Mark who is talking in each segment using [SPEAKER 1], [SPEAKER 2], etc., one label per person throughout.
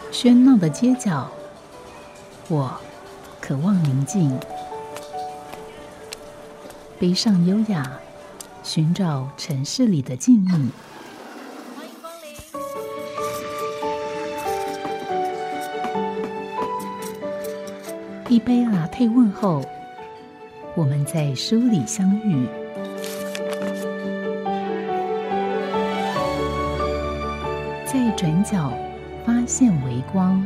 [SPEAKER 1] 喧闹的街角，我渴望宁静。背上优雅，寻找城市里的静谧。
[SPEAKER 2] 欢迎光临。
[SPEAKER 1] 一杯latte问候，我们在书里相遇。在转角发现微光。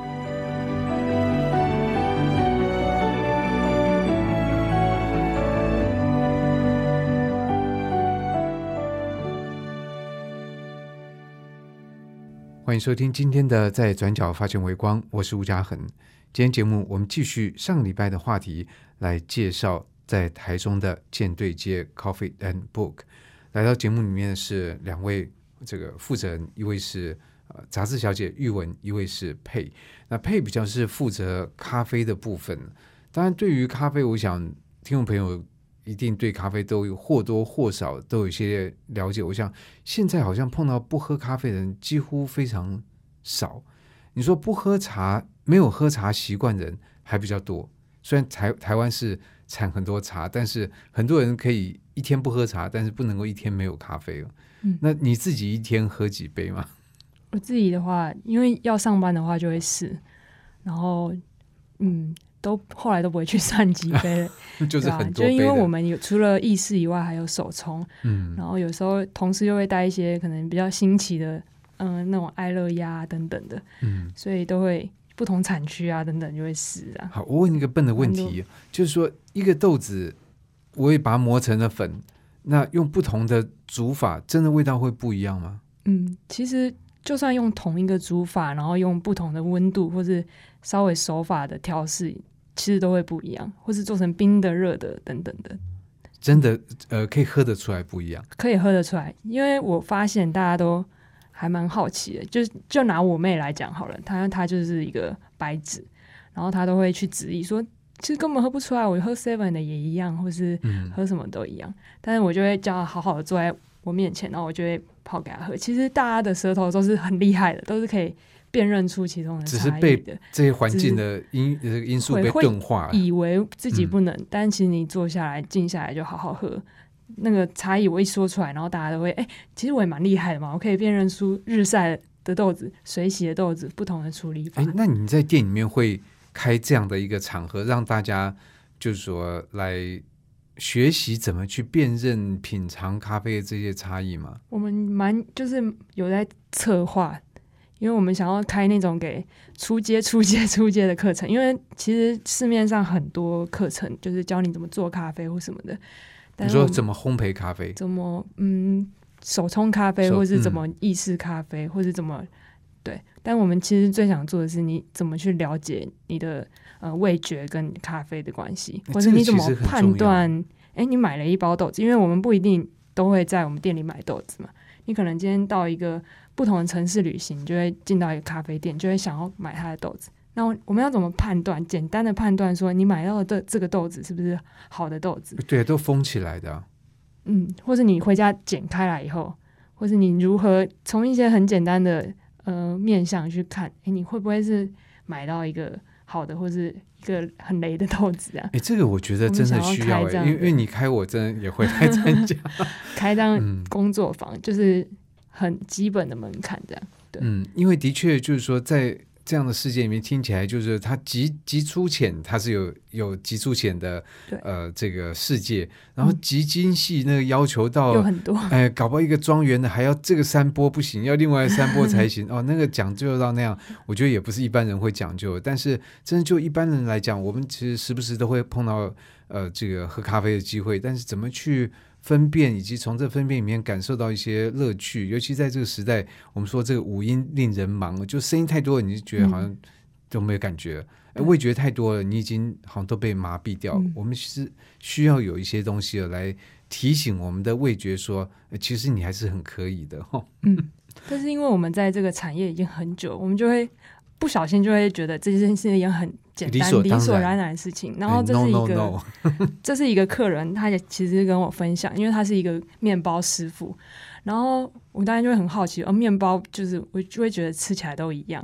[SPEAKER 3] 欢迎收听今天的在转角发现微光，我是吴嘉恒。今天节目我们继续上礼拜的话题，来介绍在台中的舰队街 Coffee and Book。 来到节目里面的是两位这个负责人，一位是杂志小姐玉文，一位是佩。那佩比较是负责咖啡的部分。当然对于咖啡，我想听众朋友一定对咖啡都有或多或少都有一些了解。我想现在好像碰到不喝咖啡的人几乎非常少。你说不喝茶，没有喝茶习惯的人还比较多。虽然台湾是产很多茶，但是很多人可以一天不喝茶，但是不能够一天没有咖啡。那你自己一天喝几杯吗？
[SPEAKER 4] 我自己的话，因为要上班的话就会试，然后后来都不会去算几杯了
[SPEAKER 3] 就是很多杯的，
[SPEAKER 4] 就因为我们有除了意式以外还有手冲，然后有时候同事又会带一些可能比较新奇的那种爱乐压等等的，所以都会不同产区啊等等就会试啊。
[SPEAKER 3] 好，我问一个笨的问题，就是说一个豆子我也把它磨成了粉，那用不同的煮法真的味道会不一样吗？
[SPEAKER 4] 其实就算用同一个煮法，然后用不同的温度或是稍微手法的调试，其实都会不一样，或是做成冰的热的等等的，
[SPEAKER 3] 真的可以喝得出来不一样。
[SPEAKER 4] 可以喝得出来。因为我发现大家都还蛮好奇的，就拿我妹来讲好了，她就是一个白纸，然后她都会去质疑说其实根本喝不出来，我喝 7 的也一样，或是喝什么都一样，但是我就会叫她好好的坐在我面前，然后我就会泡给她喝。其实大家的舌头都是很厉害的，都是可以辨认出其中的差异的，
[SPEAKER 3] 只是被这些环境的因素被钝化了，
[SPEAKER 4] 以为自己不能，但其实你坐下来静下来就好好喝，那个差异我一说出来，然后大家都会其实我也蛮厉害的嘛，我可以辨认出日晒的豆子、水洗的豆子不同的处理法。
[SPEAKER 3] 那你在店里面会开这样的一个场合，让大家就是说来学习怎么去辨认品尝咖啡的这些差异吗？
[SPEAKER 4] 我们就是有在策划，因为我们想要开那种给初阶的课程，因为其实市面上很多课程就是教你怎么做咖啡或什么的。
[SPEAKER 3] 你说怎么烘焙咖啡，
[SPEAKER 4] 怎么手冲咖啡，或是怎么意式咖啡，或是怎么对，但我们其实最想做的是你怎么去了解你的味觉跟咖啡的关系，或是你怎么判断你买了一包豆子，因为我们不一定都会在我们店里买豆子嘛，你可能今天到一个不同的城市旅行，就会进到一个咖啡店，就会想要买它的豆子。那我们要怎么判断？简单的判断说你买到的这个豆子是不是好的豆子？
[SPEAKER 3] 对，都封起来的
[SPEAKER 4] 或者你回家剪开来以后，或是你如何从一些很简单的面向去看，你会不会是买到一个好的，或是一个很雷的豆子啊？
[SPEAKER 3] 这个我觉得真的需要，因为你开我真的也会来参加
[SPEAKER 4] 开这样工作坊，就是很基本的门槛这样。对，
[SPEAKER 3] 因为的确就是说在这样的世界里面听起来就是它极粗浅，它是有极粗浅的这个世界，然后极精细那个要求到
[SPEAKER 4] 有很多
[SPEAKER 3] 搞不好一个庄园的还要这个山坡不行，要另外山坡才行那个讲究到那样，我觉得也不是一般人会讲究的。但是真的就一般人来讲，我们其实时不时都会碰到这个喝咖啡的机会，但是怎么去分辨，以及从这分辨里面感受到一些乐趣，尤其在这个时代，我们说这个五音令人盲，就声音太多了，你就觉得好像都没有感觉了，味觉太多了，你已经好像都被麻痹掉。我们是需要有一些东西来提醒我们的味觉说，其实你还是很可以的
[SPEAKER 4] 但是因为我们在这个产业已经很久，我们就会不小心就会觉得这件事情很简单理所当然的事情，然后这是一个这是一个客人，他也其实跟我分享，因为他是一个面包师傅，然后我当然就会很好奇面包就是我就会觉得吃起来都一样，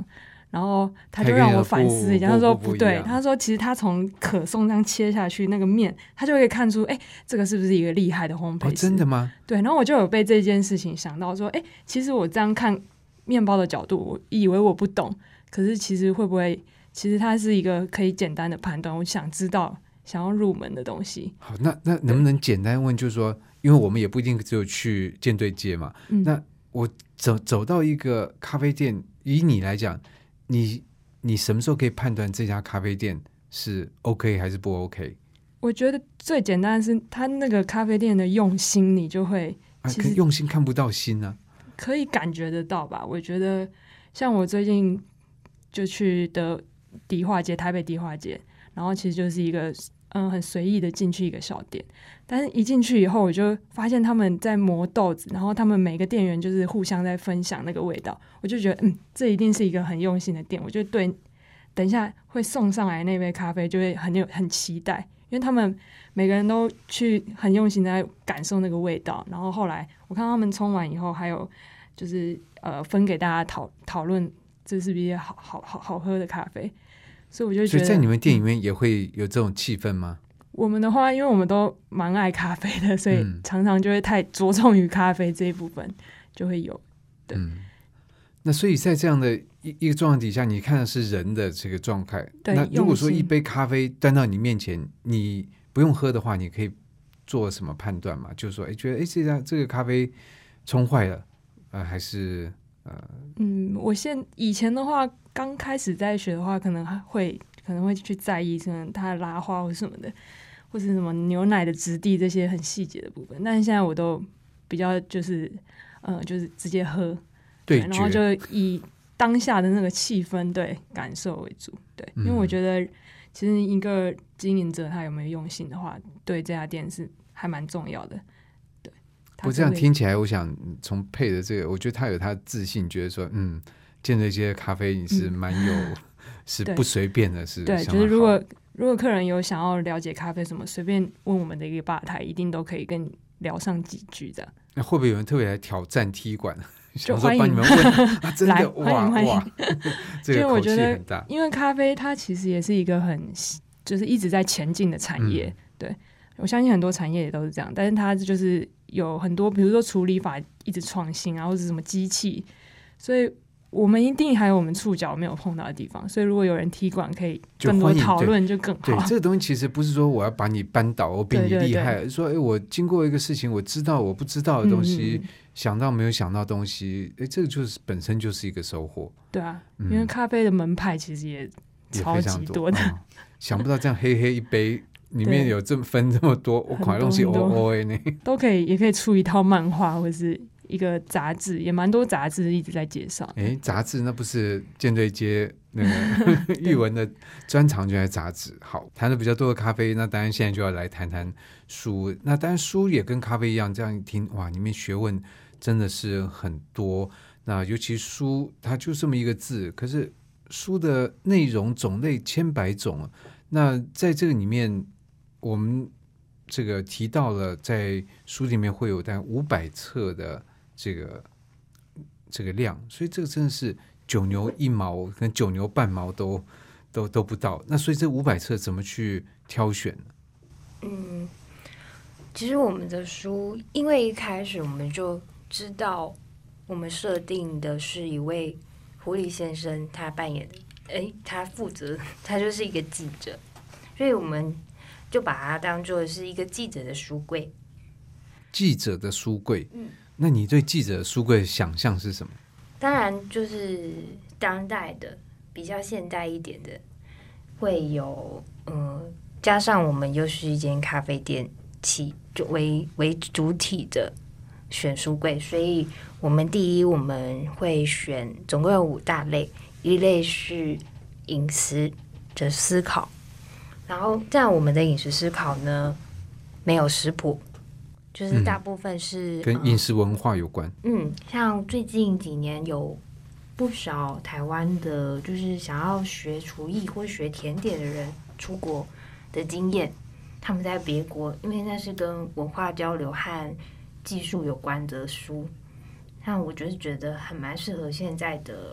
[SPEAKER 4] 然后他就让我反思一下，他说
[SPEAKER 3] 不
[SPEAKER 4] 对，他说其实他从可颂这样切下去那个面，他就可以看出，这个是不是一个厉害的烘焙师？
[SPEAKER 3] 真的吗？
[SPEAKER 4] 对，然后我就有被这件事情想到说，其实我这样看面包的角度，我以为我不懂，可是其实会不会，其实它是一个可以简单的判断，我想知道。想要入门的东西。
[SPEAKER 3] 好，那能不能简单问，就是说，因为我们也不一定只有去舰队街嘛，那我走到一个咖啡店，以你来讲，你什么时候可以判断这家咖啡店是 OK 还是不 OK？
[SPEAKER 4] 我觉得最简单的是他那个咖啡店的用心，你就会其实
[SPEAKER 3] 用心看不到心啊，
[SPEAKER 4] 可以感觉得到吧。我觉得像我最近就去的迪化街，台北迪化街，然后其实就是一个很随意的进去一个小店，但是一进去以后，我就发现他们在磨豆子，然后他们每个店员就是互相在分享那个味道，我就觉得这一定是一个很用心的店，我就对等一下会送上来那杯咖啡就会很期待，因为他们每个人都去很用心的在感受那个味道，然后后来我看他们冲完以后，还有就是分给大家讨论这是不是好喝的咖啡。所以我就觉得，
[SPEAKER 3] 所以在你们店里面也会有这种气氛吗？
[SPEAKER 4] 我们的话，因为我们都蛮爱咖啡的，所以常常就会太着重于咖啡这一部分，就会有。对，
[SPEAKER 3] 那所以在这样的一个状况底下，你看的是人的这个状态。
[SPEAKER 4] 对，
[SPEAKER 3] 那如果说一杯咖啡端到你面前，你不用喝的话，你可以做什么判断吗？就是说，觉得这个咖啡冲坏了，还是
[SPEAKER 4] 我以前的话，刚开始在学的话，可能会去在意可能它的拉花或什么的，或是什么牛奶的质地这些很细节的部分。但是现在我都比较就是直接喝，对，然后就以当下的那个气氛对感受为主，对，因为我觉得其实一个经营者他有没有用心的话，对这家店是还蛮重要的。
[SPEAKER 3] 我这样听起来，我想从配的这个，我觉得他有他的自信，觉得说，建这些咖啡你是蛮有，是不随便的，是
[SPEAKER 4] 对，就是如果客人有想要了解咖啡什么，随便问我们的一个吧台，一定都可以跟你聊上几句这样。
[SPEAKER 3] 那会不会有人特别来挑战踢馆？
[SPEAKER 4] 就欢迎
[SPEAKER 3] 帮你们问真的
[SPEAKER 4] 欢迎
[SPEAKER 3] 这个口气很大。
[SPEAKER 4] 因为咖啡它其实也是一个就是一直在前进的产业，对，我相信很多产业也都是这样，但是它就是有很多，比如说处理法一直创新啊，或者什么机器，所以我们一定还有我们触角没有碰到的地方，所以如果有人踢馆，可以更多讨论就更好。
[SPEAKER 3] 对，这个东西其实不是说我要把你扳倒，我比你厉害，对，说我经过一个事情，我知道我不知道的东西，想到没有想到的东西，这个就是本身就是一个收获。
[SPEAKER 4] 对啊，因为咖啡的门派其实也超级多的，
[SPEAKER 3] 想不到这样黑黑一杯里面有分这么多，我款东西呢
[SPEAKER 4] 都可以，也可以出一套漫画或是一个杂志，也蛮多杂志一直在介绍。
[SPEAKER 3] 杂志那不是舰队街那个译文的专长就在杂志。好，谈的比较多的咖啡，那当然现在就要来谈谈书。那当然书也跟咖啡一样，这样一听哇，里面学问真的是很多。那尤其书它就这么一个字，可是书的内容种类千百种。那在这个里面，我们这个提到了在书里面会有大概500册的这个量，所以这个真的是9牛1毛跟9牛半毛都不到。那所以这500册怎么去挑选呢？
[SPEAKER 2] 其实我们的书，因为一开始我们就知道我们设定的是一位狐狸先生，他扮演的他负责，他就是一个记者，所以我们就把它当作是一个记者的书柜。
[SPEAKER 3] 记者的书柜，那你对记者的书柜的想象是什么？
[SPEAKER 2] 当然就是当代的，比较现代一点的，会有加上我们又是一间咖啡店就为主体的选书柜，所以我们我们会选总共有5大类，一类是饮食的思考，然后这样我们的饮食思考呢没有食谱，就是大部分是
[SPEAKER 3] 跟饮食文化有关。
[SPEAKER 2] 像最近几年有不少台湾的就是想要学厨艺或学甜点的人出国的经验，他们在别国，因为那是跟文化交流和技术有关的书，那我就是觉得蛮适合现在的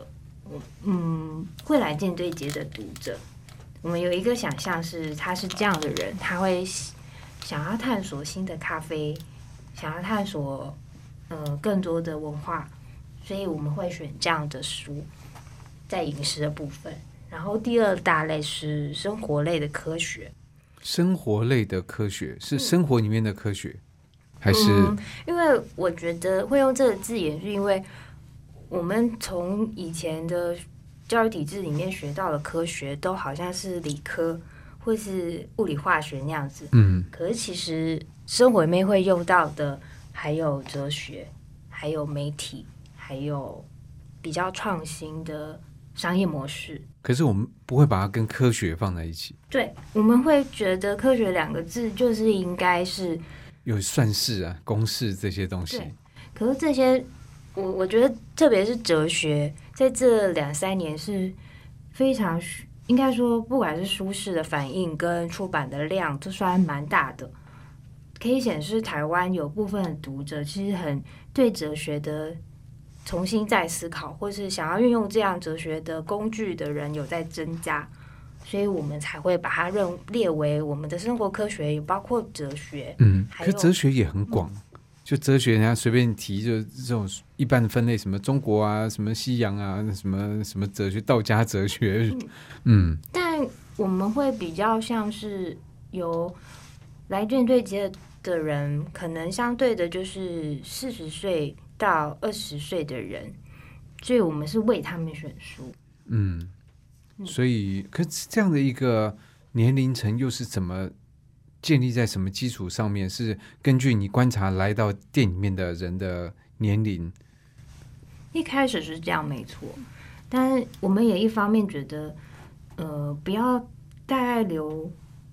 [SPEAKER 2] 会来舰队街的读者，我们有一个想象是他是这样的人，他会想要探索新的咖啡，想要探索更多的文化，所以我们会选这样的书在饮食的部分。然后第二大类是生活类的科学。
[SPEAKER 3] 生活类的科学是生活里面的科学，还是？
[SPEAKER 2] 因为我觉得会用这个字眼，是因为我们从以前的教育体制里面学到的科学，都好像是理科或是物理化学那样子。可是其实生活里面会用到的，还有哲学，还有媒体，还有比较创新的商业模式。
[SPEAKER 3] 可是我们不会把它跟科学放在一起。
[SPEAKER 2] 对，我们会觉得科学2个字就是应该是
[SPEAKER 3] 有算式啊、公式这些东西。
[SPEAKER 2] 对，可是这些我觉得特别是哲学，在这2-3年是非常应该说，不管是书市的反应跟出版的量，都算蛮大的。可以显示台湾有部分的读者其实很对哲学的重新再思考，或是想要运用这样哲学的工具的人有在增加，所以我们才会把它列为我们的生活科学，也包括哲学。
[SPEAKER 3] 可哲学也很广。就哲学人家随便提，就这种一般的分类，什么中国啊，什么西洋啊，什么哲学，道家哲学。
[SPEAKER 2] 但我们会比较像是由来舰队街的人，可能相对的就是40岁到20岁的人，所以我们是为他们选书。
[SPEAKER 3] 所以可是这样的一个年龄层又是怎么建立在什么基础上面？是根据你观察来到店里面的人的年龄？
[SPEAKER 2] 一开始是这样没错，但是我们也一方面觉得不要大概留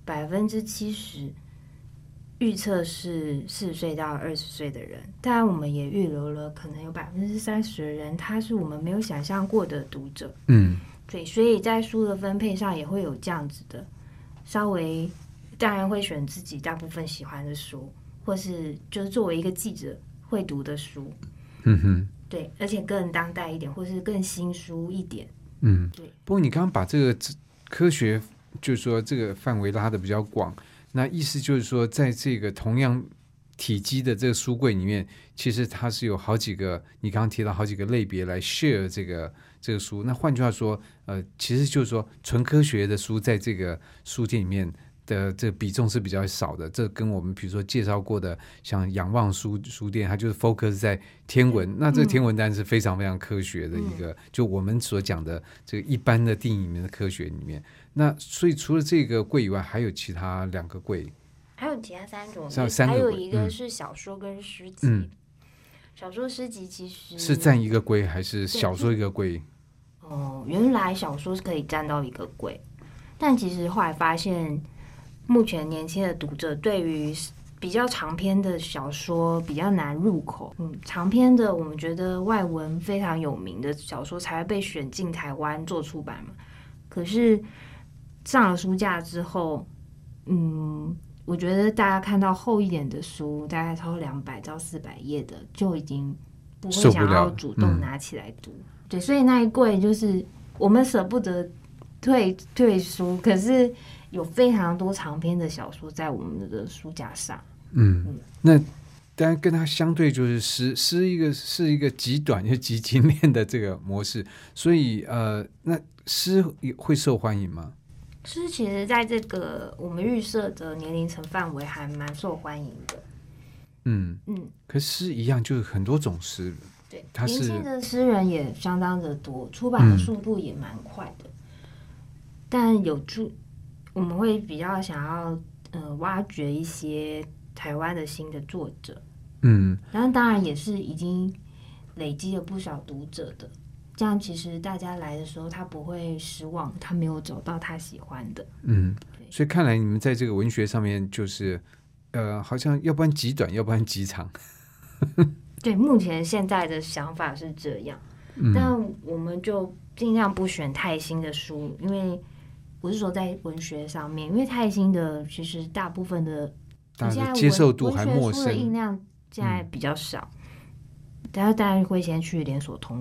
[SPEAKER 2] 70%预测是40岁到20岁的人，当然我们也预留了可能有30%的人，他是我们没有想象过的读者。对，所以在书的分配上也会有这样子的，稍微当然会选自己大部分喜欢的书，或是就是作为一个记者会读的书。对，而且更当代一点，或是更新书一点。对。
[SPEAKER 3] 不过你刚刚把这个科学，就是说这个范围拉得比较广，那意思就是说，在这个同样体积的这个书柜里面，其实它是有好几个，你刚刚提到好几个类别来 share 这个书。那换句话说，其实就是说，纯科学的书在这个书店里面的这个比重是比较少的。这跟我们比如说介绍过的像仰望书店，它就是 focus 在天文。那这个天文当然是非常非常科学的一个，就我们所讲的这个一般的定义里面的科学里面。那所以除了这个柜以外，还有其他2个柜。
[SPEAKER 2] 还有其他3种，
[SPEAKER 3] 还
[SPEAKER 2] 有一个是小说跟诗集。小说诗集其实
[SPEAKER 3] 是占一个柜，还是小说一个柜？
[SPEAKER 2] 原来小说是可以占到一个柜，但其实后来发现，目前年轻的读者对于比较长篇的小说比较难入口。长篇的我们觉得外文非常有名的小说才会被选进台湾做出版嘛。可是上了书架之后，我觉得大家看到厚一点的书，大概超200到400页的，就已经不会想要主动拿起来读。对，所以那一柜就是我们舍不得退书，可是有非常多长篇的小说在我们的书架上。
[SPEAKER 3] 那当然跟它相对就是诗是一个极短又极精炼的这个模式，所以那诗会受欢迎吗？
[SPEAKER 2] 诗其实在这个我们预设的年龄层范围还蛮受欢迎的。
[SPEAKER 3] 可诗一样就是很多种诗。
[SPEAKER 2] 对，
[SPEAKER 3] 年
[SPEAKER 2] 轻的诗人也相当的多，出版的速度也蛮快的。但我们会比较想要挖掘一些台湾的新的作者。然当然也是已经累积了不少读者的。这样其实大家来的时候他不会失望，他没有找到他喜欢的。
[SPEAKER 3] 所以看来你们在这个文学上面就是好像要不然极短要不然极长。
[SPEAKER 2] 对，目前现在的想法是这样。但我们就尽量不选太新的书，因为我是说在文学上面，因为太新的其实大部分的
[SPEAKER 3] 大家的接受度还陌生，
[SPEAKER 2] 文学书的印量现在比较少，大家会先去连锁通路。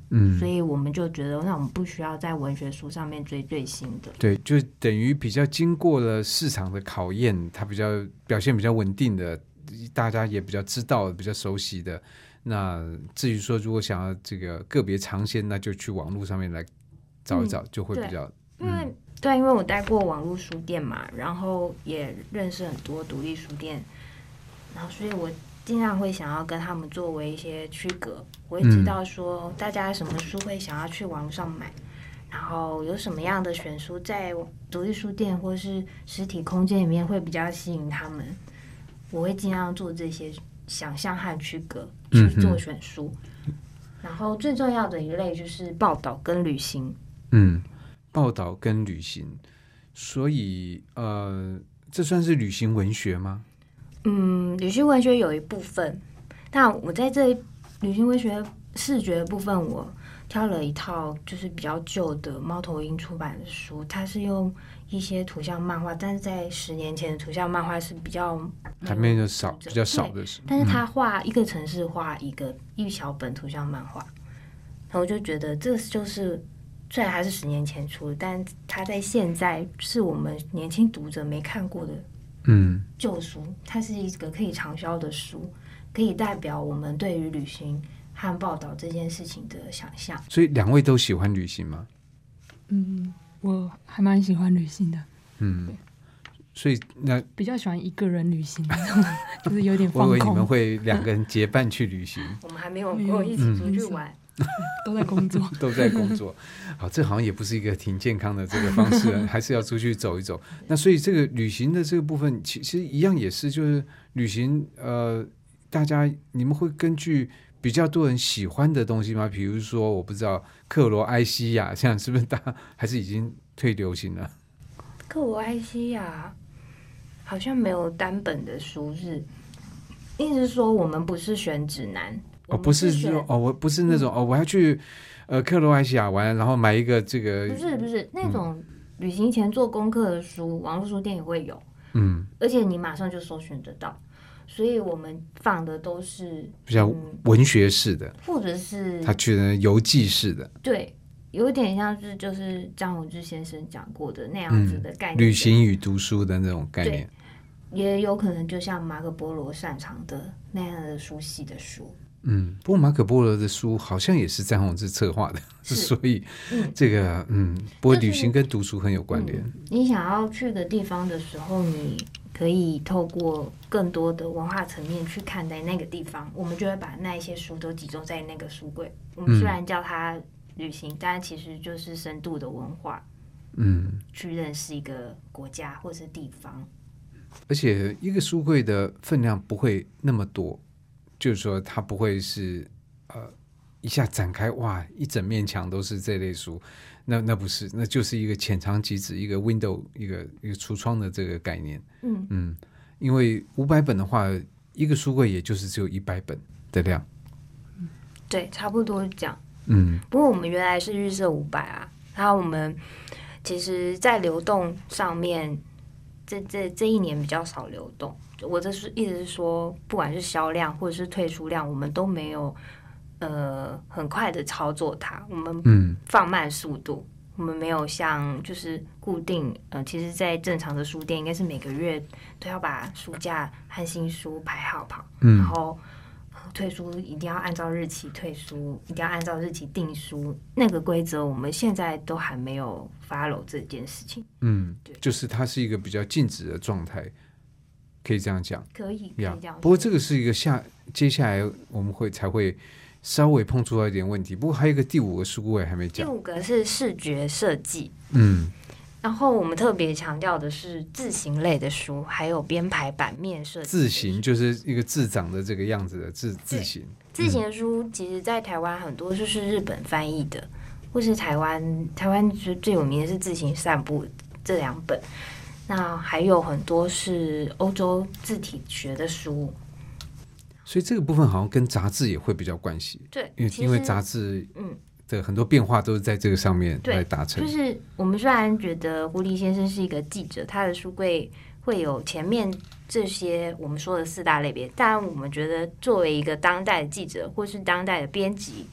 [SPEAKER 2] 所以我们就觉得那我们不需要在文学书上面追最新的。
[SPEAKER 3] 对，就等于比较经过了市场的考验，它比较表现比较稳定的，大家也比较知道比较熟悉的。那至于说如果想要这个个别尝鲜，那就去网络上面来找一找，就会比较
[SPEAKER 2] 因为我待过网络书店嘛，然后也认识很多独立书店，然后所以我尽量会想要跟他们作为一些区隔，我会知道说大家什么书会想要去网络上买，然后有什么样的选书在独立书店或是实体空间里面会比较吸引他们，我会尽量做这些想象和区隔去做选书。然后最重要的一类就是报道跟旅行。
[SPEAKER 3] 报道跟旅行，所以这算是旅行文学吗？
[SPEAKER 2] 旅行文学有一部分，但我在这旅行文学视觉的部分，我挑了一套就是比较旧的猫头鹰出版的书，它是用一些图像漫画，但是在10年前的图像漫画是比较
[SPEAKER 3] 还没有少，比较少的是，
[SPEAKER 2] 但是他画一个城市，画一小本图像漫画，然后我就觉得这就是虽然它是10年前出的，但它在现在是我们年轻读者没看过的旧书，它是一个可以畅销的书，可以代表我们对于旅行和报道这件事情的想象。
[SPEAKER 3] 所以2位都喜欢旅行吗？
[SPEAKER 4] 我还蛮喜欢旅行的。
[SPEAKER 3] 所以那
[SPEAKER 4] 比较喜欢一个人旅行就是有点放空。
[SPEAKER 3] 我以为你们会2个人结伴去旅行。
[SPEAKER 2] 我们还没有过一起出去玩。
[SPEAKER 4] 都在工作
[SPEAKER 3] 都在工作。好，这好像也不是一个挺健康的这个方式还是要出去走一走。那所以这个旅行的这个部分其实一样也是，就是旅行大家你们会根据比较多人喜欢的东西吗？比如说我不知道克罗埃西亚，现在是不是大家还是已经退流行了？
[SPEAKER 2] 克罗埃西亚好像没有单本的书日，意思是说我们不是选指南。
[SPEAKER 3] 不是说我不是那种我要去克罗埃西亚玩，然后买一个这个，
[SPEAKER 2] 不是那种旅行前做功课的书，网络书店也会有，而且你马上就搜寻得到，所以我们放的都是
[SPEAKER 3] 比较文学式的，
[SPEAKER 2] 或者是
[SPEAKER 3] 他去的游记式的，
[SPEAKER 2] 对，有点像是就是张宏志先生讲过的那样子的概念，
[SPEAKER 3] 旅行与读书的那种概念，
[SPEAKER 2] 也有可能就像马可波罗擅长的那样的书系的书。
[SPEAKER 3] 不过马可波罗的书好像也是詹宏志策划的，所以这个不过旅行跟读书很有关联。
[SPEAKER 2] 你想要去的地方的时候，你可以透过更多的文化层面去看待那个地方，我们就会把那一些书都集中在那个书柜。我们虽然叫它旅行，但其实就是深度的文化，去认识一个国家或是地方。
[SPEAKER 3] 而且一个书柜的分量不会那么多。就是说它不会是一下展开哇一整面墙都是这类书，那不是，那就是一个浅尝即止，一个 window 一个橱窗的这个概念。因为500本的话，一个书柜也就是只有100本的量。
[SPEAKER 2] 对，差不多是这样。不过我们原来是预设500啊，然后我们其实在流动上面这一年比较少流动。我这是意思是说，不管是销量或者是退出量，我们都没有很快的操作它，我们放慢速度，我们没有像就是固定其实在正常的书店应该是每个月都要把书架和新书排好跑，然后退书一定要按照日期退书，一定要按照日期订书，那个规则我们现在都还没有 follow 这件事情。
[SPEAKER 3] 就是它是一个比较静止的状态。可以这样讲，
[SPEAKER 2] 可以这样说。
[SPEAKER 3] 不过这个是一个接下来我们才会稍微碰触到一点问题。不过还有一个第5个书柜还没讲。
[SPEAKER 2] 第5个是视觉设计，然后我们特别强调的是字形类的书，还有编排版面设计。
[SPEAKER 3] 字形就是一个字长的这个样子的字形。
[SPEAKER 2] 字形的书，其实在台湾很多就是日本翻译的，或是台湾最有名的是《字形散步》这2本。那还有很多是欧洲字体学的书，
[SPEAKER 3] 所以这个部分好像跟杂志也会比较关系。
[SPEAKER 2] 对，
[SPEAKER 3] 因为杂志的很多变化都是在这个上面来达成。
[SPEAKER 2] 就是我们虽然觉得胡狸先生是一个记者，他的书柜会有前面这些我们说的4大类别，但我们觉得作为一个当代的记者或是当代的编辑，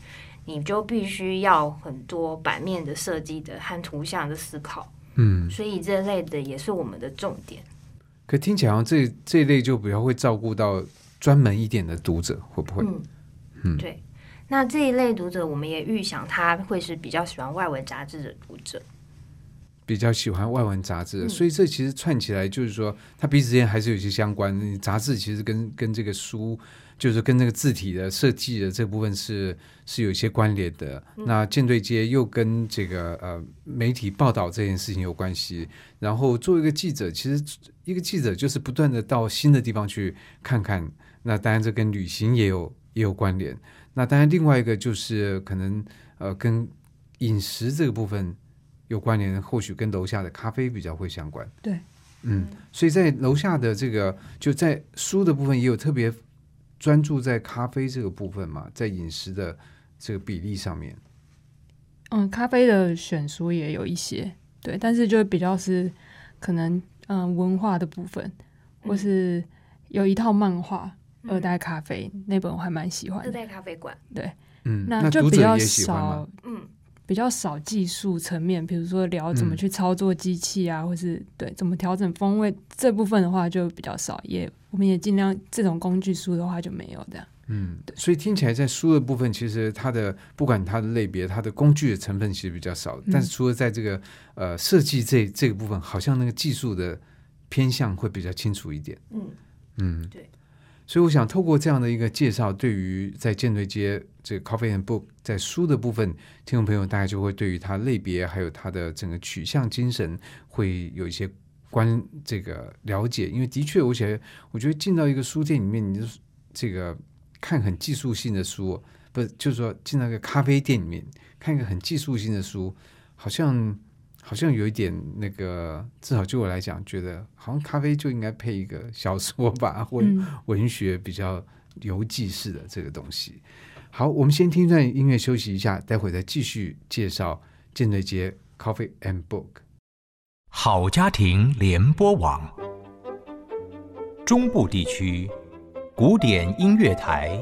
[SPEAKER 2] 你就必须要很多版面的设计的和图像的思考，所以这类的也是我们的重点。
[SPEAKER 3] 可听起来好像这一类就比较会照顾到专门一点的读者，会不会？
[SPEAKER 2] 对。那这一类读者，我们也预想他会是比较喜欢外文杂志的读者，
[SPEAKER 3] 比较喜欢外文杂志，所以这其实串起来就是说，它彼此之间还是有一些相关。杂志其实跟这个书，就是跟那个字体的设计的这部分是有一些关联的。那舰队街又跟这个媒体报道这件事情有关系。然后作为一个记者，其实一个记者就是不断的到新的地方去看看。那当然这跟旅行也有关联。那当然另外一个就是可能跟饮食这个部分有关联，或许跟楼下的咖啡比较会相关。
[SPEAKER 4] 对，
[SPEAKER 3] 所以在楼下的这个就在书的部分也有特别专注在咖啡这个部分嘛，在饮食的这个比例上面。
[SPEAKER 4] 咖啡的选书也有一些，对，但是就比较是可能文化的部分，或是有一套漫画二代咖啡那本我还蛮喜欢的，
[SPEAKER 2] 二代咖啡馆，
[SPEAKER 4] 对，
[SPEAKER 3] 那
[SPEAKER 4] 就比较
[SPEAKER 3] 读者也喜欢吗？
[SPEAKER 4] 比较少技术层面，比如说聊怎么去操作机器啊，或是对怎么调整风味这部分的话就比较少，我们也尽量这种工具书的话就没有这样。
[SPEAKER 3] 所以听起来在书的部分，其实它的不管它的类别，它的工具的成分其实比较少，但是除了在这个设计这个部分，好像那个技术的偏向会比较清楚一点。
[SPEAKER 2] 对。
[SPEAKER 3] 所以我想透过这样的一个介绍，对于在舰队街这个 Coffee and Book 在书的部分，听众朋友大概就会对于它类别还有它的整个取向精神会有一些这个了解。因为的确我觉得进到一个书店里面，你就这个看很技术性的书，不是就是说进到一个咖啡店里面看一个很技术性的书，好像有一点那个，至少就我来讲，觉得好像咖啡就应该配一个小说吧，或文学比较游记式的这个东西。好，我们先听一段音乐休息一下，待会再继续介绍舰队街 Coffee and Book。
[SPEAKER 5] 好家庭联播网，中部地区古典音乐台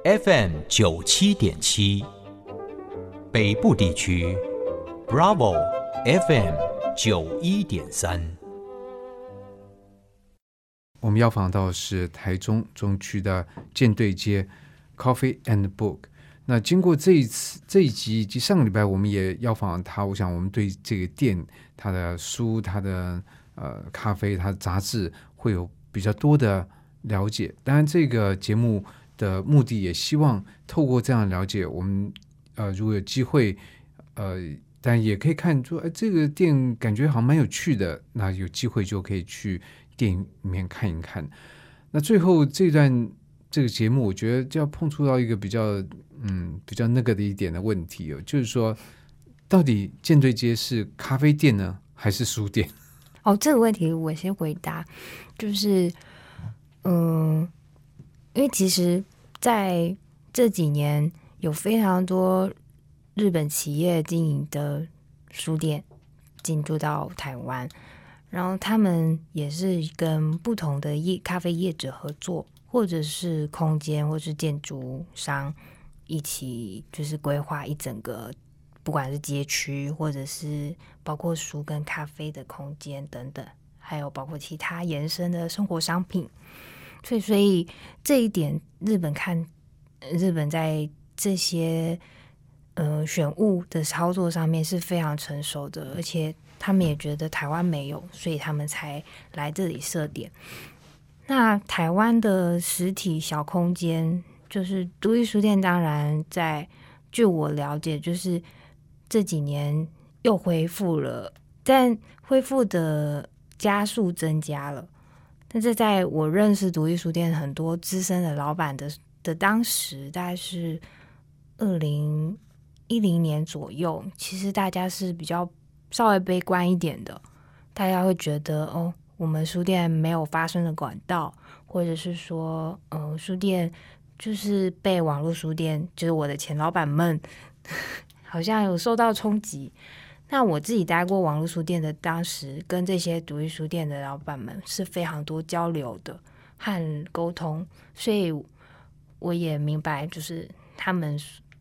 [SPEAKER 5] FM97.7， 北部地区 Bravo FM91.3。
[SPEAKER 3] 我们要访到的是台中中区的舰队街 Coffee and Book。 那经过这一集以及上个礼拜我们也要访他，我想我们对这个店、他的书、他的咖啡、他的杂志会有比较多的了解。当然这个节目的目的也希望透过这样的了解，我们如果有机会但也可以看出这个店感觉好像蛮有趣的，那有机会就可以去电影里面看一看。那最后这段这个节目我觉得就要碰触到一个比较那个的一点的问题就是说到底舰队街是咖啡店呢还是书店？
[SPEAKER 2] 这个问题我先回答，就是因为其实在这几年有非常多日本企业经营的书店进驻到台湾，然后他们也是跟不同的咖啡业者合作，或者是空间或是建筑商一起就是规划一整个不管是街区或者是包括书跟咖啡的空间等等，还有包括其他延伸的生活商品。所以这一点日本在这些选物的操作上面是非常成熟的，而且他们也觉得台湾没有，所以他们才来这里设点。那台湾的实体小空间就是独立书店，当然据我了解就是这几年又恢复了，但恢复的加速增加了。但是在我认识独立书店很多资深的老板的当时，大概是2010年左右，其实大家是比较稍微悲观一点的，大家会觉得我们书店没有发声的管道，或者是说书店就是被网络书店，就是我的前老板们好像有受到冲击。那我自己待过网络书店的，当时跟这些独立书店的老板们是非常多交流的和沟通，所以我也明白就是他们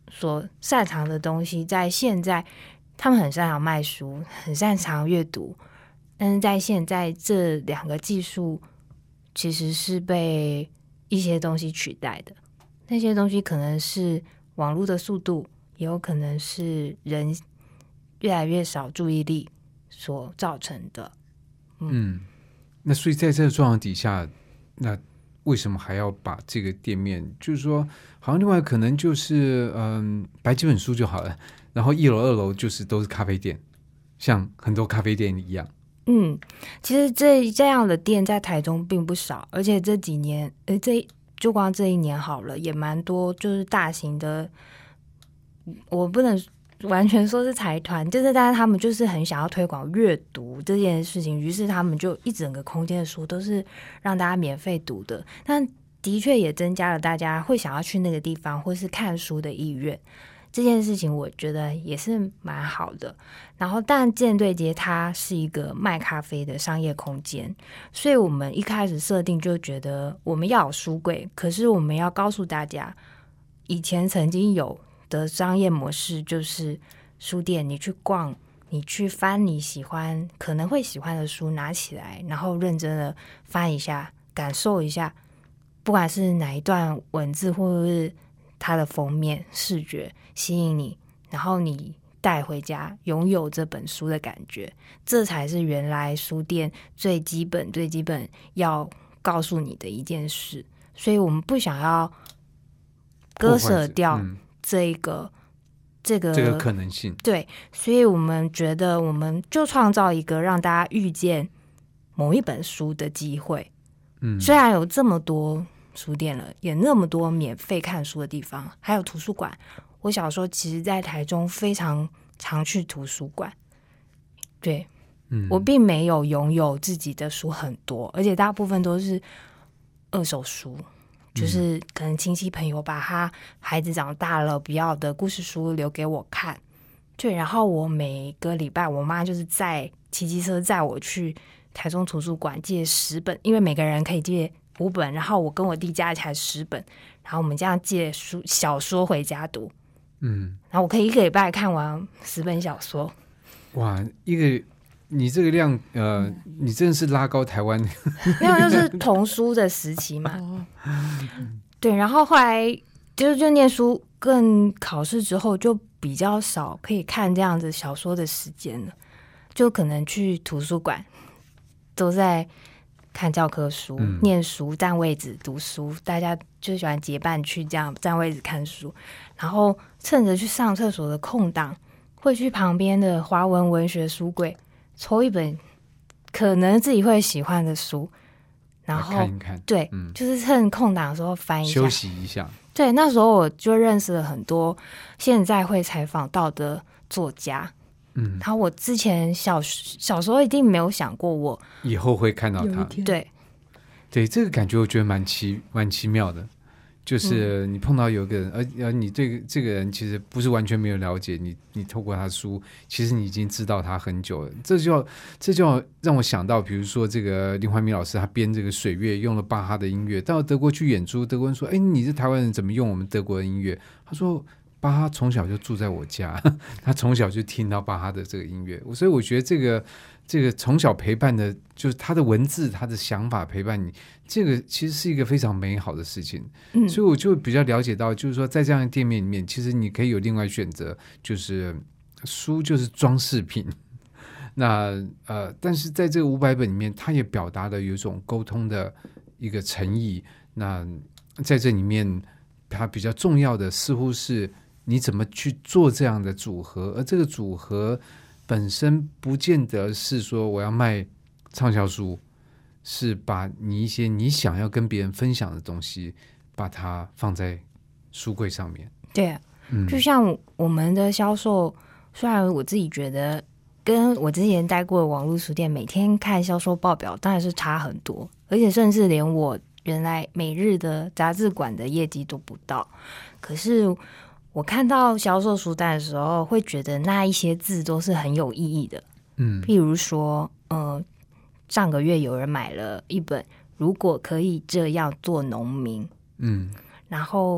[SPEAKER 2] 所擅长的东西，在现在他们很擅长卖书，很擅长阅读，但是在现在这两个技术其实是被一些东西取代的。那些东西可能是网络的速度，也有可能是人越来越少注意力所造成的。
[SPEAKER 3] 那所以在这个状况底下，那为什么还要把这个店面，就是说好像另外可能就是摆几本书就好了，然后1楼2楼就是都是咖啡店，像很多咖啡店一样。
[SPEAKER 2] 其实这样的店在台中并不少，而且这几年就光这一年好了，也蛮多就是大型的，我不能完全说是财团，就是但是他们就是很想要推广阅读这件事情，于是他们就一整个空间的书都是让大家免费读的，但的确也增加了大家会想要去那个地方或是看书的意愿。这件事情我觉得也是蛮好的。然后但舰队街它是一个卖咖啡的商业空间，所以我们一开始设定就觉得我们要有书柜，可是我们要告诉大家以前曾经有的商业模式，就是书店你去逛，你去翻你可能会喜欢的书，拿起来然后认真的翻一下，感受一下，不管是哪一段文字或者是它的封面视觉吸引你，然后你带回家拥有这本书的感觉，这才是原来书店最基本要告诉你的一件事。所以我们不想要割舍掉这个
[SPEAKER 3] 可能性。
[SPEAKER 2] 对，所以我们觉得我们就创造一个让大家遇见某一本书的机会。虽然有这么多书店了，也那么多免费看书的地方，还有图书馆。我小时候其实在台中非常常去图书馆，对，我并没有拥有自己的书很多，而且大部分都是二手书，就是可能亲戚朋友把他孩子长大了不要的故事书留给我看。对，然后我每个礼拜我妈就是骑机车载我去台中图书馆借10本，因为每个人可以借5本，然后我跟我弟加起来10本，然后我们这样借小说回家读。然后我可以1个礼拜看完10本小说。
[SPEAKER 3] 哇，你这个量，你真的是拉高台湾。
[SPEAKER 2] 没有，就是童书的时期嘛。对，然后后来就念书跟考试之后，就比较少可以看这样子小说的时间了，就可能去图书馆都在看教科书、念书、占位置读书，大家就喜欢结伴去这样占位置看书，然后趁着去上厕所的空档，会去旁边的华文文学书柜抽一本可能自己会喜欢的书，然后
[SPEAKER 3] 看一看。
[SPEAKER 2] 对，就是趁空档的时候翻一下，
[SPEAKER 3] 休息一下。
[SPEAKER 2] 对，那时候我就认识了很多现在会采访到的作家。然后我之前小时候一定没有想过我
[SPEAKER 3] 以后会看到他。
[SPEAKER 2] 对，
[SPEAKER 3] 这个感觉我觉得蛮奇妙的，就是你碰到有个人，而你对这个人其实不是完全没有了解，你透过他的书，其实你已经知道他很久了。这就让我想到，比如说这个林怀民老师，他编这个《水月》用了巴哈的音乐，到德国去演出，德国人说：“哎，你是台湾人，怎么用我们德国的音乐？”他说：“巴哈从小就住在我家，他从小就听到巴哈的这个音乐，所以我觉得这个从小陪伴的，就是他的文字、他的想法陪伴你，这个其实是一个非常美好的事情。所以我就比较了解到，就是说在这样的店面里面，其实你可以有另外选择，就是书就是装饰品。那但是在这个500本里面，它也表达了有一种沟通的一个诚意。那在这里面，它比较重要的似乎是你怎么去做这样的组合，而这个组合本身不见得是说我要卖畅销书，是把你一些你想要跟别人分享的东西，把它放在书柜上面。
[SPEAKER 2] 对，就像我们的销售，虽然我自己觉得跟我之前待过的网络书店每天看销售报表当然是差很多，而且甚至连我原来每日的杂志馆的业绩都不到。可是我看到销售书单的时候，会觉得那一些字都是很有意义的。譬如说上个月有人买了一本《如果可以这样做农民》，然后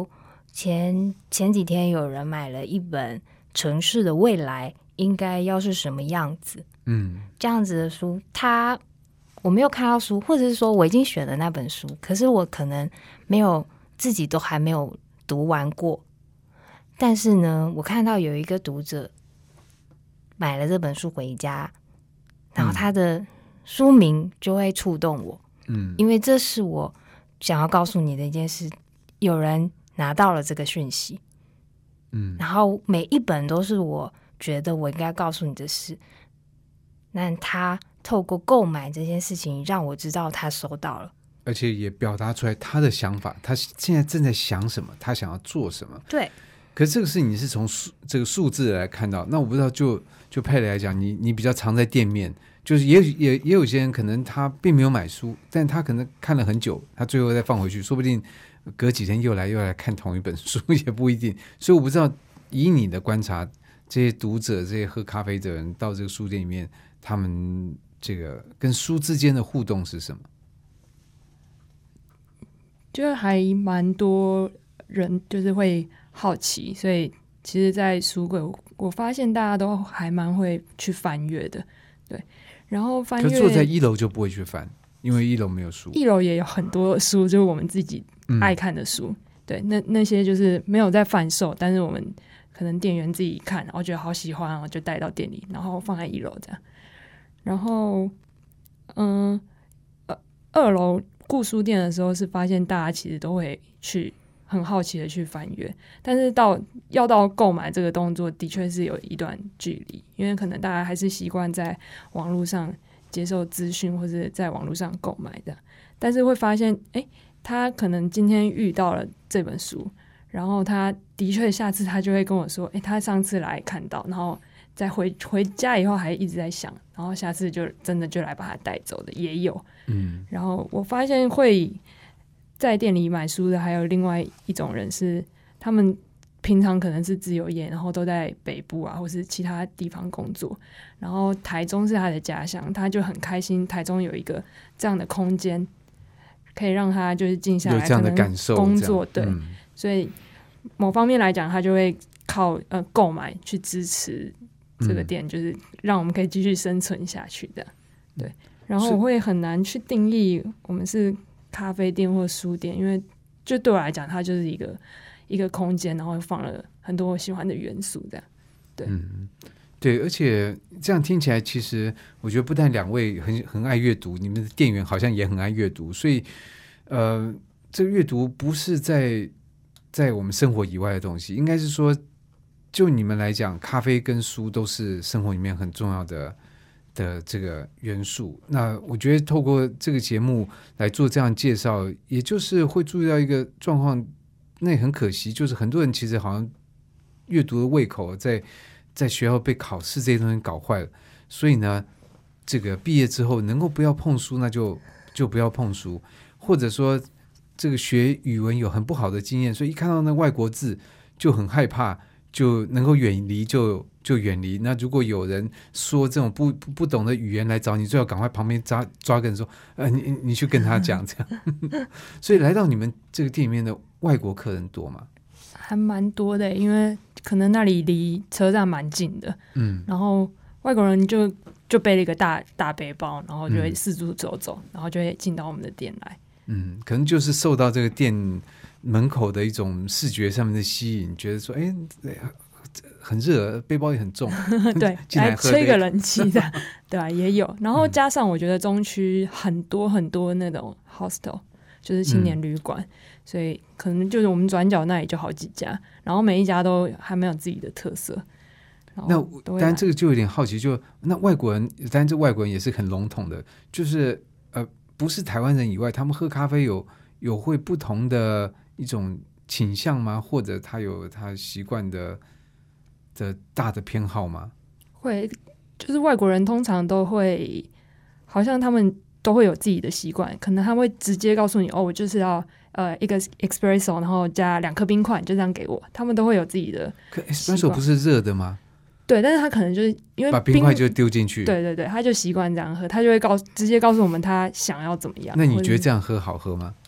[SPEAKER 2] 前几天有人买了一本城市的未来应该要是什么样子，这样子的书，我没有看到书，或者是说我已经选了那本书，可是我可能自己都还没有读完过。但是呢，我看到有一个读者买了这本书回家，然后他的书名就会触动我，因为这是我想要告诉你的一件事，有人拿到了这个讯息，然后每一本都是我觉得我应该告诉你的事，那他透过购买这件事情让我知道他收到了，
[SPEAKER 3] 而且也表达出来他的想法，他现在正在想什么，他想要做什么。
[SPEAKER 2] 对，
[SPEAKER 3] 可是这个事你是从这个数字来看到，那我不知道就佩雷来讲，你比较常在店面，就是也有些人可能他并没有买书，但他可能看了很久，他最后再放回去，说不定隔几天又来看同一本书，也不一定。所以我不知道以你的观察，这些读者这些喝咖啡的人到这个书店里面，他们这个跟书之间的互动是什么？
[SPEAKER 4] 就还蛮多人就是会好奇，所以其实在书柜我发现大家都还蛮会去翻阅的，对。然后翻阅，
[SPEAKER 3] 可是坐在1楼就不会去翻，因为1楼没有书。
[SPEAKER 4] 1楼也有很多书，就是我们自己爱看的书，对，那些就是没有在贩售，但是我们可能店员自己看，然后觉得好喜欢，然后就带到店里，然后放在1楼这样。然后2楼顾书店的时候是发现大家其实都会去很好奇的去翻阅，但是要到购买这个动作的确是有一段距离，因为可能大家还是习惯在网络上接受资讯或者在网络上购买的，但是会发现他可能今天遇到了这本书，然后他的确下次他就会跟我说他上次来看到，然后再回家以后还一直在想，然后下次就真的就来把它带走的也有。然后我发现会在店里买书的还有另外一种人，是他们平常可能是自由业，然后都在北部啊或是其他地方工作，然后台中是他的家乡，他就很开心台中有一个这样的空间可以让他就是静下来，
[SPEAKER 3] 有这样的感受
[SPEAKER 4] 工作，对，所以某方面来讲他就会靠购买去支持这个店，就是让我们可以继续生存下去的，对。然后我会很难去定义我们是咖啡店或书店，因为就对我来讲它就是一个空间，然后放了很多我喜欢的元素这样，对。
[SPEAKER 3] 对，而且这样听起来，其实我觉得不但两位很爱阅读，你们的店员好像也很爱阅读，所以这个阅读不是在我们生活以外的东西，应该是说就你们来讲，咖啡跟书都是生活里面很重要的这个元素。那我觉得透过这个节目来做这样介绍，也就是会注意到一个状况，那也很可惜，就是很多人其实好像阅读的胃口在学校被考试这些东西搞坏了，所以呢这个毕业之后能够不要碰书，那就不要碰书，或者说这个学语文有很不好的经验，所以一看到那外国字就很害怕，就能够远离就远离。那如果有人说这种不懂的语言来找你，最好赶快旁边抓个人说你去跟他讲这样所以来到你们这个店里面的外国客人多吗？
[SPEAKER 4] 还蛮多的，因为可能那里离车站蛮近的，然后外国人就背了一个大背包，然后就会四处走，然后就会进到我们的店来。
[SPEAKER 3] 可能就是受到这个店门口的一种视觉上面的吸引，觉得说很热，背包也很重
[SPEAKER 4] 对，来吹个冷气的对啊，也有。然后加上我觉得中区很多很多那种 hostel， 就是青年旅馆，所以可能就是我们转角那里就好几家，然后每一家都还没有自己的特色。
[SPEAKER 3] 那当然这个就有点好奇，就那外国人，当然这外国人也是很笼统的，就是不是台湾人以外，他们喝咖啡有会不同的一种倾向吗？或者他有他习惯的大的偏好吗？会，
[SPEAKER 4] 就是外国人通常都会，好像他们都会有自己的习惯，可能他们会直接告诉你，我就是要一个 espresso， 然后加2颗冰块，就这样给我。他们都会有自己的。
[SPEAKER 3] 可 espresso 不是热的吗？
[SPEAKER 4] 对，但是他可能就是因为
[SPEAKER 3] 把冰块就丢进去，
[SPEAKER 4] 对，他就习惯这样喝，他就会直接告诉我们他想要怎么样。
[SPEAKER 3] 那你觉得这样喝好喝吗？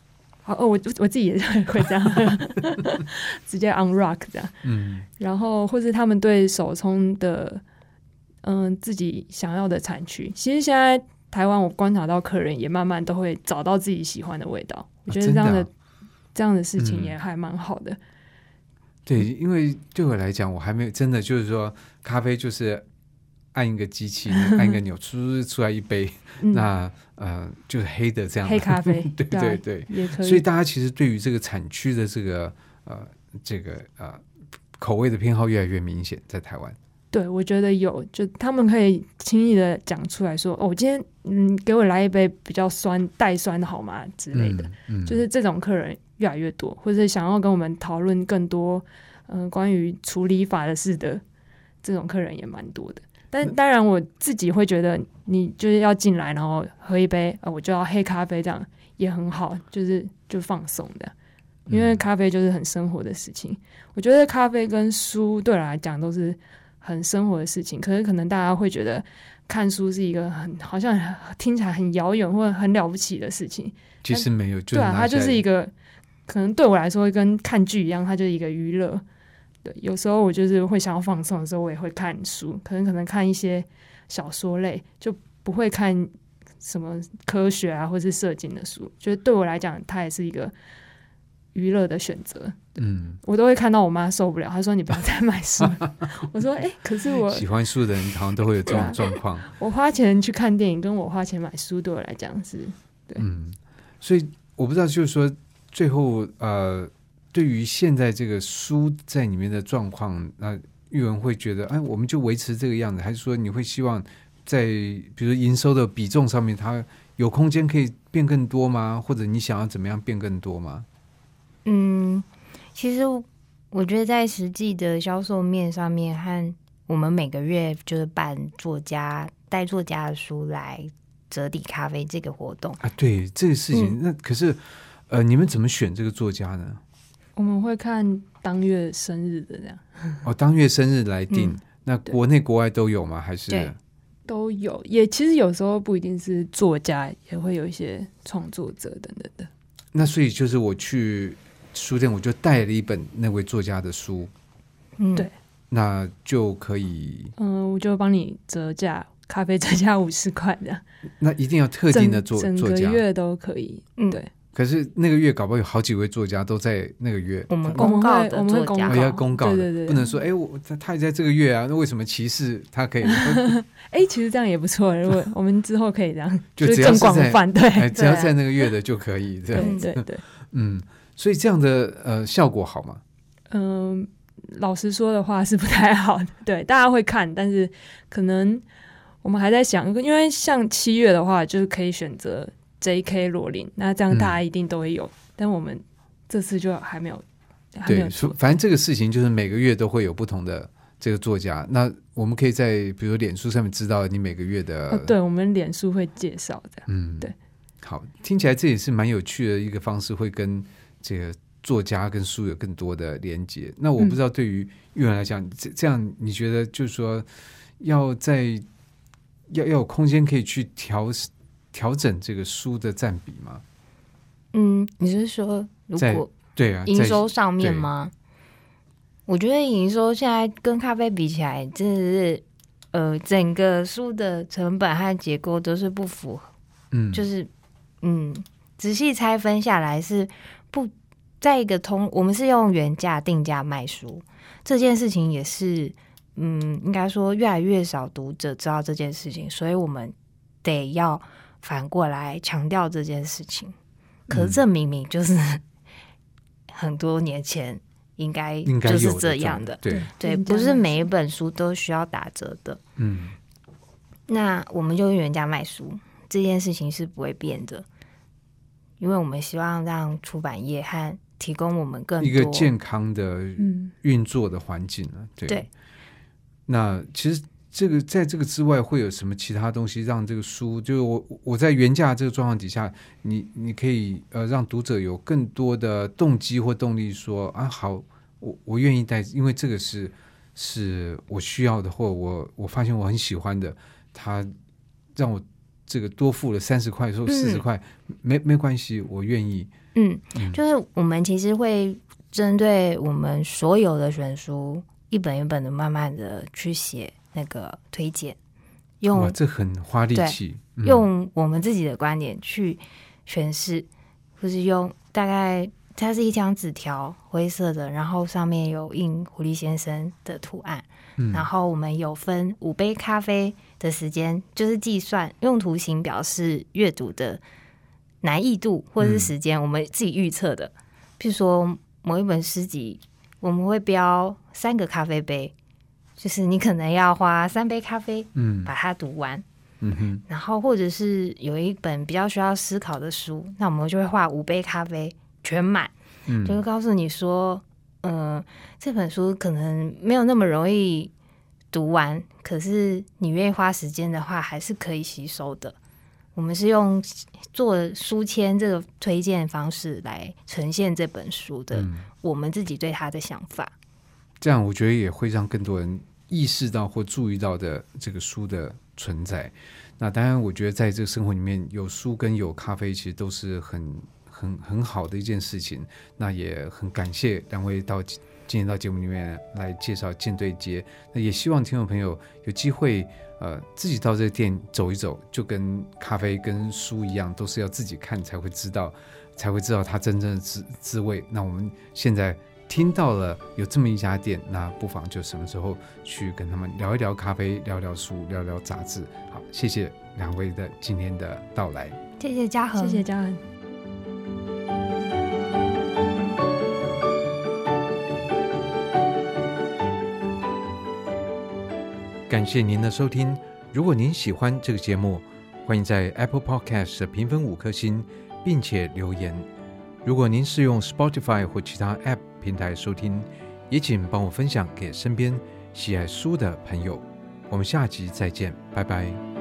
[SPEAKER 4] 我自己也会这样直接 on rock 这样。然后或是他们对手冲的自己想要的产区，其实现在台湾我观察到客人也慢慢都会找到自己喜欢的味道，我觉得这样的事情也还蛮好的。
[SPEAKER 3] 对，因为对我来讲，我还没有真的就是说，咖啡就是按一个机器，按一个钮，出来一杯，那就是黑的这样，
[SPEAKER 4] 黑咖啡，
[SPEAKER 3] 对对对，
[SPEAKER 4] 也可以。
[SPEAKER 3] 所以大家其实对于这个产区的这个口味的偏好越来越明显，在台湾。
[SPEAKER 4] 对，我觉得有，就他们可以轻易的讲出来说，我今天给我来一杯比较带酸的好吗之类的，就是这种客人越来越多，或者想要跟我们讨论更多关于处理法的事的这种客人也蛮多的。但当然我自己会觉得你就是要进来然后喝一杯我就要黑咖啡，这样也很好，就放松的，因为咖啡就是很生活的事情。我觉得咖啡跟书对我来讲都是很生活的事情，可是可能大家会觉得看书是一个好像听起来很遥远或者很了不起的事情，
[SPEAKER 3] 其实没有，
[SPEAKER 4] 对啊，它就是一个可能对我来说跟看剧一样，它就是一个娱乐。对，有时候我就是会想要放松的时候，我也会看书，可能看一些小说类，就不会看什么科学啊或是社经的书。觉得对我来讲，它也是一个娱乐的选择。我都会看到我妈受不了，她说你不要再买书了我说可是我
[SPEAKER 3] 喜欢书的人好像都会有这种状况
[SPEAKER 4] 我花钱去看电影跟我花钱买书对我来讲是对。
[SPEAKER 3] 所以我不知道就是说最后对于现在这个书在里面的状况，那育文会觉得我们就维持这个样子，还是说你会希望在比如营收的比重上面它有空间可以变更多吗？或者你想要怎么样变更多吗？
[SPEAKER 2] 其实我觉得在实际的销售面上面，和我们每个月就是办带作家的书来折抵咖啡这个活动
[SPEAKER 3] 对这个事情，那可是你们怎么选这个作家呢？
[SPEAKER 4] 我们会看当月生日的这样
[SPEAKER 3] 当月生日来定。那国内国外都有吗？还是
[SPEAKER 2] 对
[SPEAKER 4] 都有，也其实有时候不一定是作家，也会有一些创作者等等的。
[SPEAKER 3] 那所以就是我去书店，我就带了一本那位作家的书，
[SPEAKER 4] 对，
[SPEAKER 3] 那就可以
[SPEAKER 4] 我就帮你折价，咖啡折价50块这样。
[SPEAKER 3] 那一定要特定的作家，
[SPEAKER 4] 整个月都可以。对。
[SPEAKER 3] 可是那个月搞不好有好几位作家都在那个月，
[SPEAKER 2] 我们公告的作家
[SPEAKER 3] 要公告的，
[SPEAKER 4] 对，
[SPEAKER 3] 不能说他也在这个月啊，那为什么歧视他可以
[SPEAKER 4] 其实这样也不错，如果我们之后可以这样
[SPEAKER 3] 就是
[SPEAKER 4] 更广泛，对，
[SPEAKER 3] 只要在那个月的就可以这样子。
[SPEAKER 4] 对
[SPEAKER 3] 所以这样的效果好吗？
[SPEAKER 4] 老实说的话是不太好的，对，大家会看，但是可能我们还在想，因为像7月的话就是可以选择J.K. 罗琳，那这样大家一定都会有，但我们这次就还没有
[SPEAKER 3] 对，反正这个事情就是每个月都会有不同的这个作家，那我们可以在比如脸书上面知道你每个月的
[SPEAKER 4] 对，我们脸书会介绍的。对，
[SPEAKER 3] 好，听起来这也是蛮有趣的一个方式，会跟这个作家跟书有更多的连结。那我不知道对于育文来讲，这样你觉得就是说要有空间可以去调整这个书的占比吗？
[SPEAKER 2] 你是说如果
[SPEAKER 3] 对啊
[SPEAKER 2] 营收上面吗？我觉得营收现在跟咖啡比起来，真的是整个书的成本和结构都是不符合。就是仔细拆分下来是不在一个我们是用原价定价卖书，这件事情也是应该说越来越少读者知道这件事情，所以我们得要反过来强调这件事情。可是这明明就是很多年前应该就是这样的，对，不是每一本书都需要打折的。那我们就用原价卖书，这件事情是不会变的，因为我们希望让出版业和提供我们更多
[SPEAKER 3] 一个健康的运作的环境啊。对，那其实在这个之外会有什么其他东西让这个书，就是我在原价这个状况底下，你可以让读者有更多的动机或动力说好，我愿意带，因为这个是我需要的，或我发现我很喜欢的，他让我这个多付了30块或40块，没关系，我愿意
[SPEAKER 2] 就是我们其实会针对我们所有的选书一本一本的慢慢的去写那个推荐，
[SPEAKER 3] 哇，这很花力气，
[SPEAKER 2] 用我们自己的观点去诠释，或是用大概它是一张纸条，灰色的，然后上面有印狐狸先生的图案，然后我们有分5杯咖啡的时间，就是计算用图形表示阅读的难易度或者是时间，我们自己预测的。譬如说某一本诗集，我们会标3个咖啡杯，就是你可能要花3杯咖啡把它读完。然后或者是有一本比较需要思考的书，那我们就会画5杯咖啡全满，就是告诉你说这本书可能没有那么容易读完，可是你愿意花时间的话还是可以吸收的。我们是用做书签这个推荐方式来呈现这本书的我们自己对它的想法，
[SPEAKER 3] 这样我觉得也会让更多人意识到或注意到的这个书的存在。那当然我觉得在这个生活里面有书跟有咖啡其实都是很好的一件事情。那也很感谢两位今天到节目里面来介绍舰队街，那也希望听众朋友有机会自己到这个店走一走，就跟咖啡跟书一样，都是要自己看才会知道它真正的滋味。那我们现在听到了有这么一家店，那不妨就什么时候去跟他们聊一聊咖啡，聊聊书，聊聊杂志。好，谢谢两位的今天的到来。
[SPEAKER 2] 谢谢嘉恒，
[SPEAKER 4] 谢谢嘉恒。
[SPEAKER 3] 感谢您的收听。如果您喜欢这个节目，欢迎在 Apple Podcast 评分5颗星，并且留言。如果您是用 Spotify 或其他 App 平台收听，也请帮我分享给身边喜爱书的朋友。我们下集再见，拜拜。